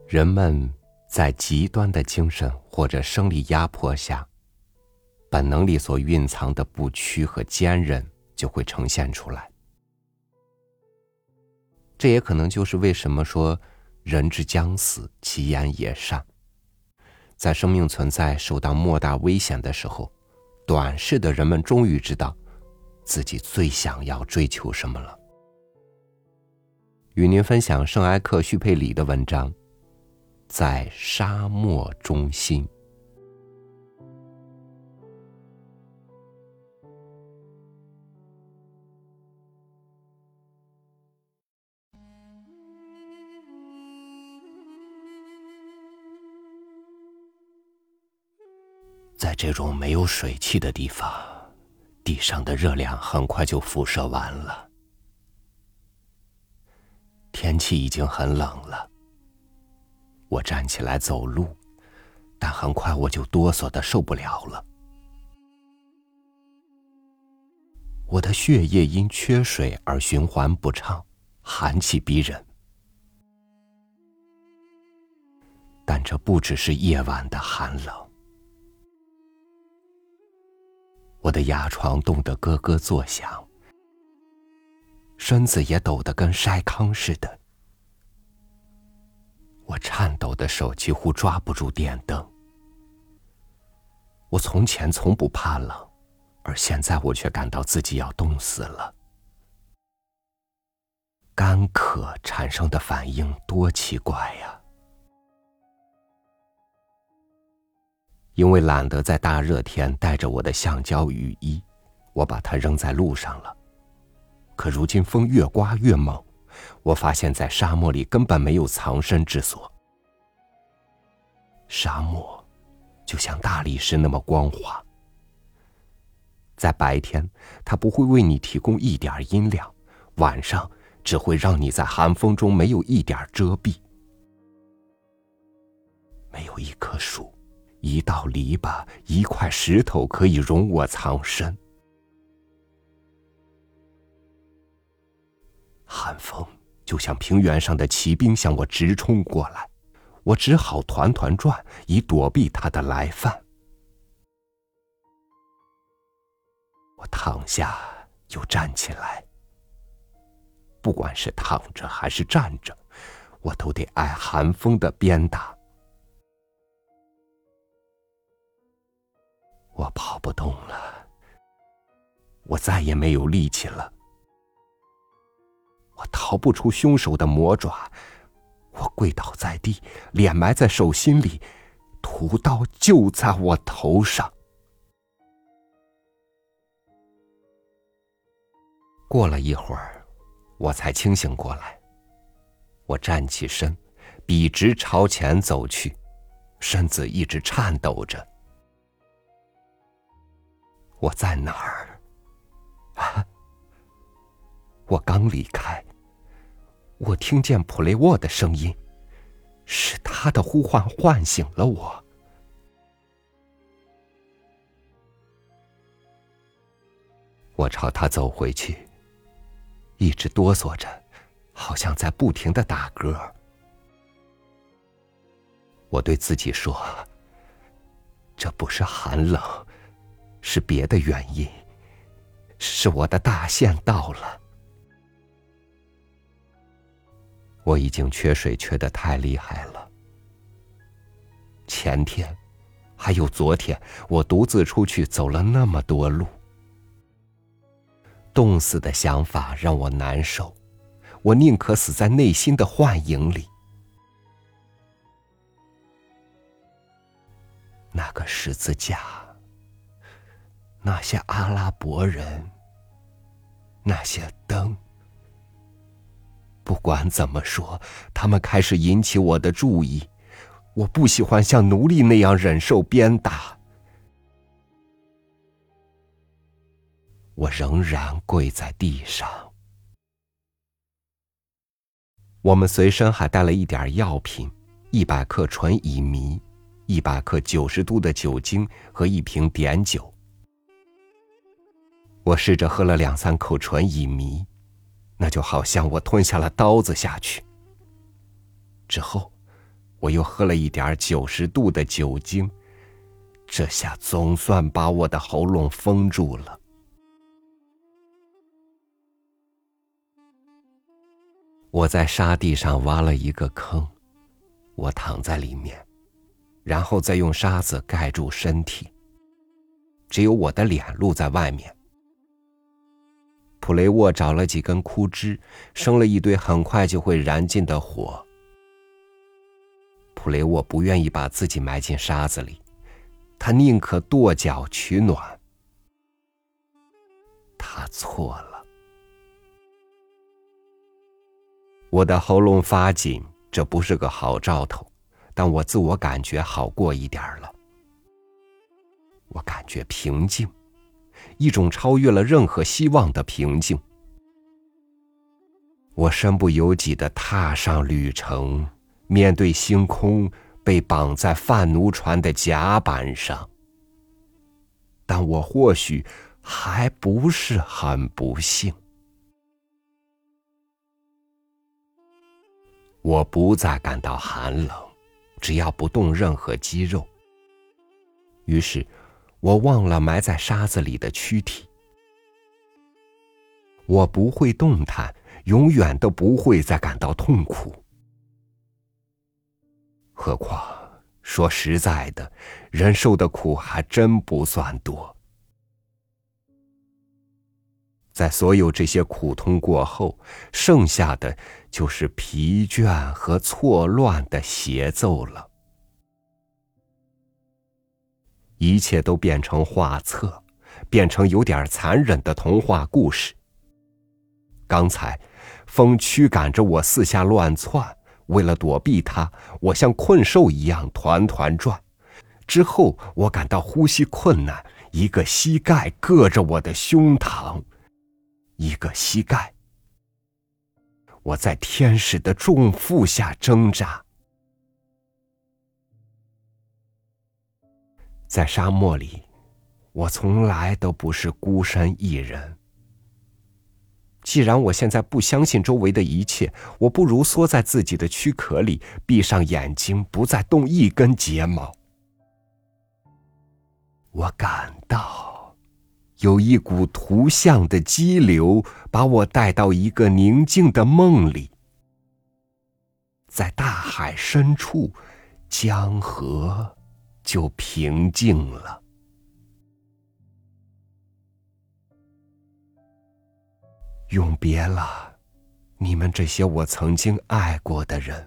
人们在极端的精神或者生理压迫下，本能里所蕴藏的不屈和坚韧就会呈现出来。这也可能就是为什么说人之将死，其言也善。在生命存在受到莫大危险的时候，短视的人们终于知道自己最想要追求什么了。与您分享圣埃克叙佩里的文章，在沙漠中心。在这种没有水汽的地方，地上的热量很快就辐射完了。天气已经很冷了，我站起来走路，但很快我就哆嗦得受不了了。我的血液因缺水而循环不畅，寒气逼人。但这不只是夜晚的寒冷。我的牙床冻得咯咯作响，身子也抖得跟筛糠似的。我颤抖的手几乎抓不住电灯。我从前从不怕冷，而现在我却感到自己要冻死了。干渴产生的反应多奇怪呀！因为懒得在大热天带着我的橡胶雨衣，我把它扔在路上了。可如今风越刮越猛，我发现在沙漠里根本没有藏身之所。沙漠就像大理石那么光滑，在白天它不会为你提供一点阴凉，晚上只会让你在寒风中没有一点遮蔽。没有一棵树，一道篱笆，一块石头可以容我藏身。寒风就像平原上的骑兵向我直冲过来，我只好团团转，以躲避他的来犯。我躺下又站起来，不管是躺着还是站着，我都得挨寒风的鞭打。我跑不动了，我再也没有力气了。我逃不出凶手的魔爪，我跪倒在地，脸埋在手心里，屠刀就在我头上。过了一会儿，我才清醒过来。我站起身，笔直朝前走去，身子一直颤抖着。我在哪儿？我刚离开，我听见普雷沃的声音，是他的呼唤唤醒了我。我朝他走回去，一直哆嗦着，好像在不停地打嗝。我对自己说，这不是寒冷，是别的原因，是我的大限到了。我已经缺水缺得太厉害了。前天还有昨天，我独自出去走了那么多路。冻死的想法让我难受，我宁可死在内心的幻影里。那个十字架，那些阿拉伯人，那些灯，不管怎么说，他们开始引起我的注意。我不喜欢像奴隶那样忍受鞭打。我仍然跪在地上。我们随身还带了一点药品，100克纯乙醚，100克90度的酒精和一瓶碘酒。我试着喝了2、3口纯乙醚，那就好像我吞下了刀子下去。之后我又喝了一点90度的酒精，这下总算把我的喉咙封住了。我在沙地上挖了一个坑，我躺在里面，然后再用沙子盖住身体，只有我的脸露在外面。普雷沃找了几根枯枝，生了一堆很快就会燃尽的火。普雷沃不愿意把自己埋进沙子里，他宁可跺脚取暖。他错了。我的喉咙发紧，这不是个好兆头，但我自我感觉好过一点了。我感觉平静，一种超越了任何希望的平静。我身不由己地踏上旅程，面对星空，被绑在贩奴船的甲板上。但我或许还不是很不幸。我不再感到寒冷，只要不动任何肌肉。于是我忘了埋在沙子里的躯体。我不会动弹，永远都不会再感到痛苦。何况说实在的，人受的苦还真不算多。在所有这些苦痛过后，剩下的就是疲倦和错乱的协奏了。一切都变成画册，变成有点残忍的童话故事。刚才风驱赶着我四下乱窜，为了躲避它，我像困兽一样团团转。之后我感到呼吸困难，一个膝盖硌着我的胸膛，一个膝盖。我在天使的重负下挣扎。在沙漠里，我从来都不是孤身一人。既然我现在不相信周围的一切，我不如缩在自己的躯壳里，闭上眼睛，不再动一根睫毛。我感到有一股图像的激流把我带到一个宁静的梦里。在大海深处，江河就平静了。永别了，你们这些我曾经爱过的人。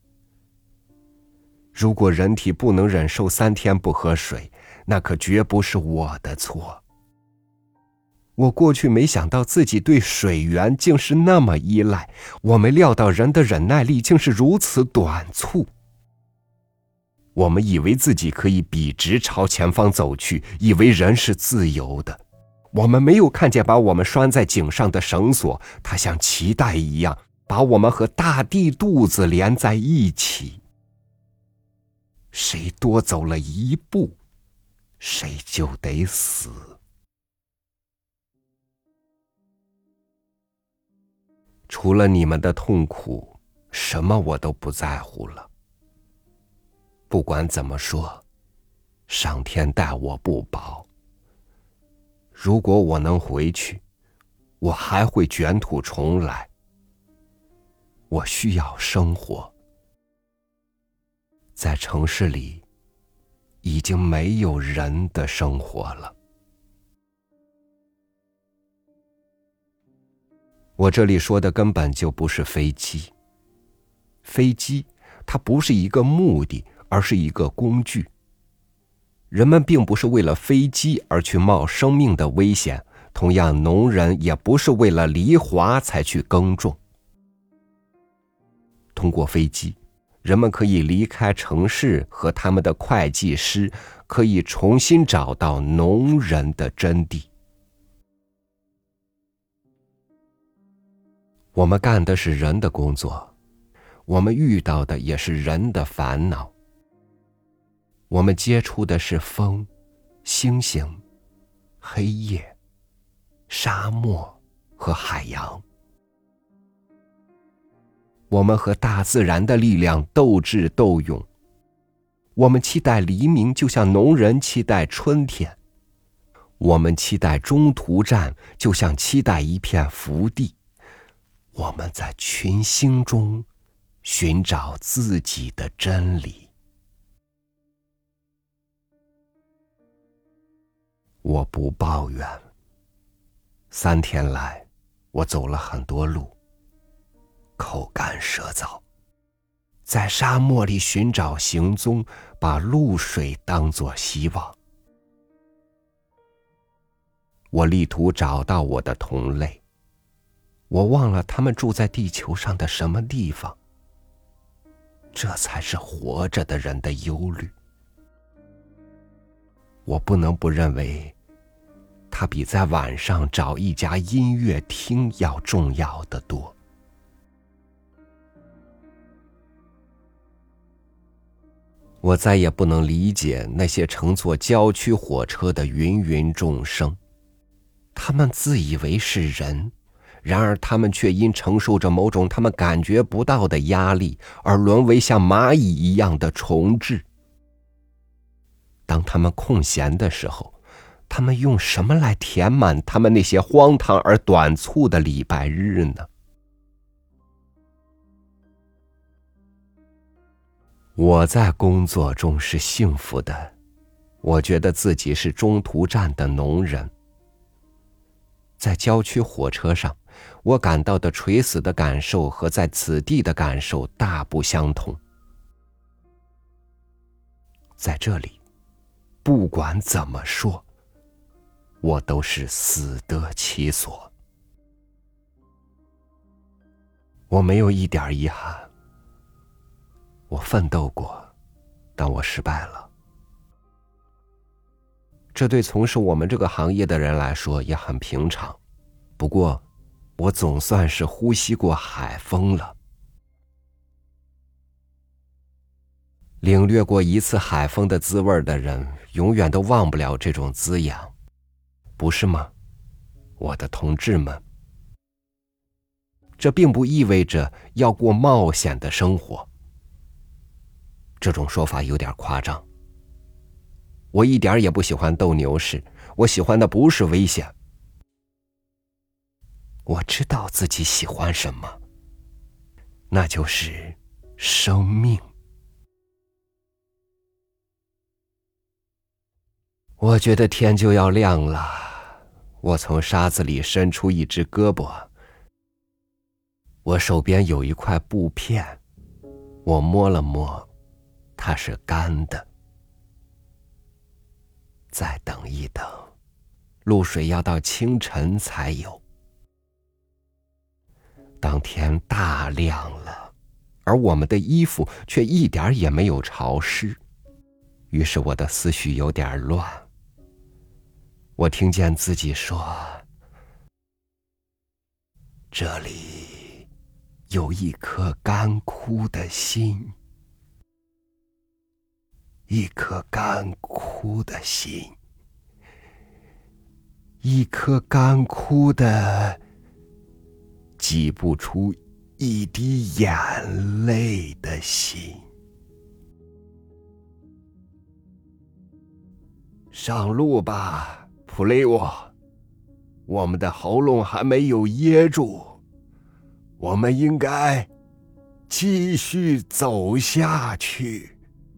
如果人体不能忍受3天不喝水，那可绝不是我的错。我过去没想到自己对水源竟是那么依赖，我没料到人的忍耐力竟是如此短促。我们以为自己可以笔直朝前方走去，以为人是自由的。我们没有看见把我们拴在颈上的绳索，它像脐带一样，把我们和大地肚子连在一起。谁多走了一步，谁就得死。除了你们的痛苦，什么我都不在乎了。不管怎么说，上天待我不薄。如果我能回去，我还会卷土重来。我需要生活。在城市里，已经没有人的生活了。我这里说的根本就不是飞机。飞机，它不是一个目的，而是一个工具。人们并不是为了飞机而去冒生命的危险，同样，农人也不是为了犁铧才去耕种。通过飞机，人们可以离开城市和他们的会计师，可以重新找到农人的真谛。我们干的是人的工作，我们遇到的也是人的烦恼。我们接触的是风、星星、黑夜、沙漠和海洋。 我们和大自然的力量斗智斗勇，我们期待黎明，就像农人期待春天；我们期待中途站，就像期待一片福地。我们在群星中寻找自己的真理。我不抱怨，3天来，我走了很多路，口干舌燥，在沙漠里寻找行踪，把露水当作希望。我力图找到我的同类，我忘了他们住在地球上的什么地方。这才是活着的人的忧虑。我不能不认为，它比在晚上找一家音乐厅要重要得多。我再也不能理解那些乘坐郊区火车的芸芸众生，他们自以为是人，然而他们却因承受着某种他们感觉不到的压力，而沦为像蚂蚁一样的虫豸。当他们空闲的时候，他们用什么来填满他们那些荒唐而短促的礼拜日呢？我在工作中是幸福的，我觉得自己是中途站的农人。在郊区火车上，我感到的垂死的感受和在此地的感受大不相同。在这里，不管怎么说，我都是死得其所。我没有一点遗憾。我奋斗过，但我失败了。这对从事我们这个行业的人来说也很平常。不过，我总算是呼吸过海风了。领略过一次海风的滋味的人，永远都忘不了这种滋养，不是吗，我的同志们？这并不意味着要过冒险的生活。这种说法有点夸张。我一点也不喜欢斗牛士，我喜欢的不是危险。我知道自己喜欢什么，那就是生命。我觉得天就要亮了，我从沙子里伸出一只胳膊，我手边有一块布片，我摸了摸，它是干的。再等一等，露水要到清晨才有。当天大亮了，而我们的衣服却一点也没有潮湿，于是我的思绪有点乱。我听见自己说，这里有一颗干枯的心，一颗干枯的心，一颗干枯的挤不出一滴眼泪的心。上路吧，普雷沃，我们的喉咙还没有噎住，我们应该继续走下去。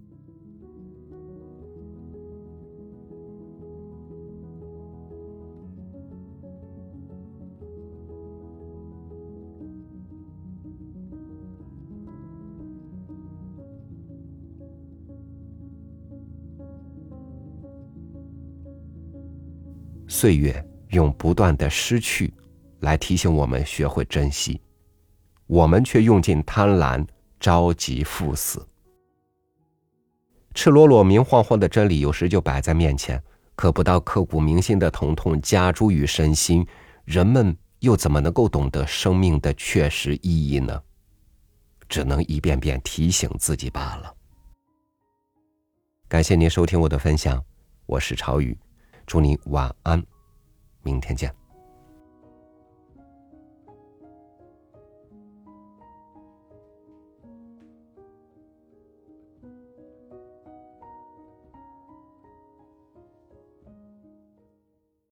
岁月用不断的失去来提醒我们学会珍惜，我们却用尽贪婪着急赴死。赤裸裸明晃晃的真理有时就摆在面前，可不到刻骨铭心的疼痛加诸于身心，人们又怎么能够懂得生命的确实意义呢？只能一遍遍提醒自己罢了。感谢您收听我的分享，我是朝宇，祝您晚安，明天见。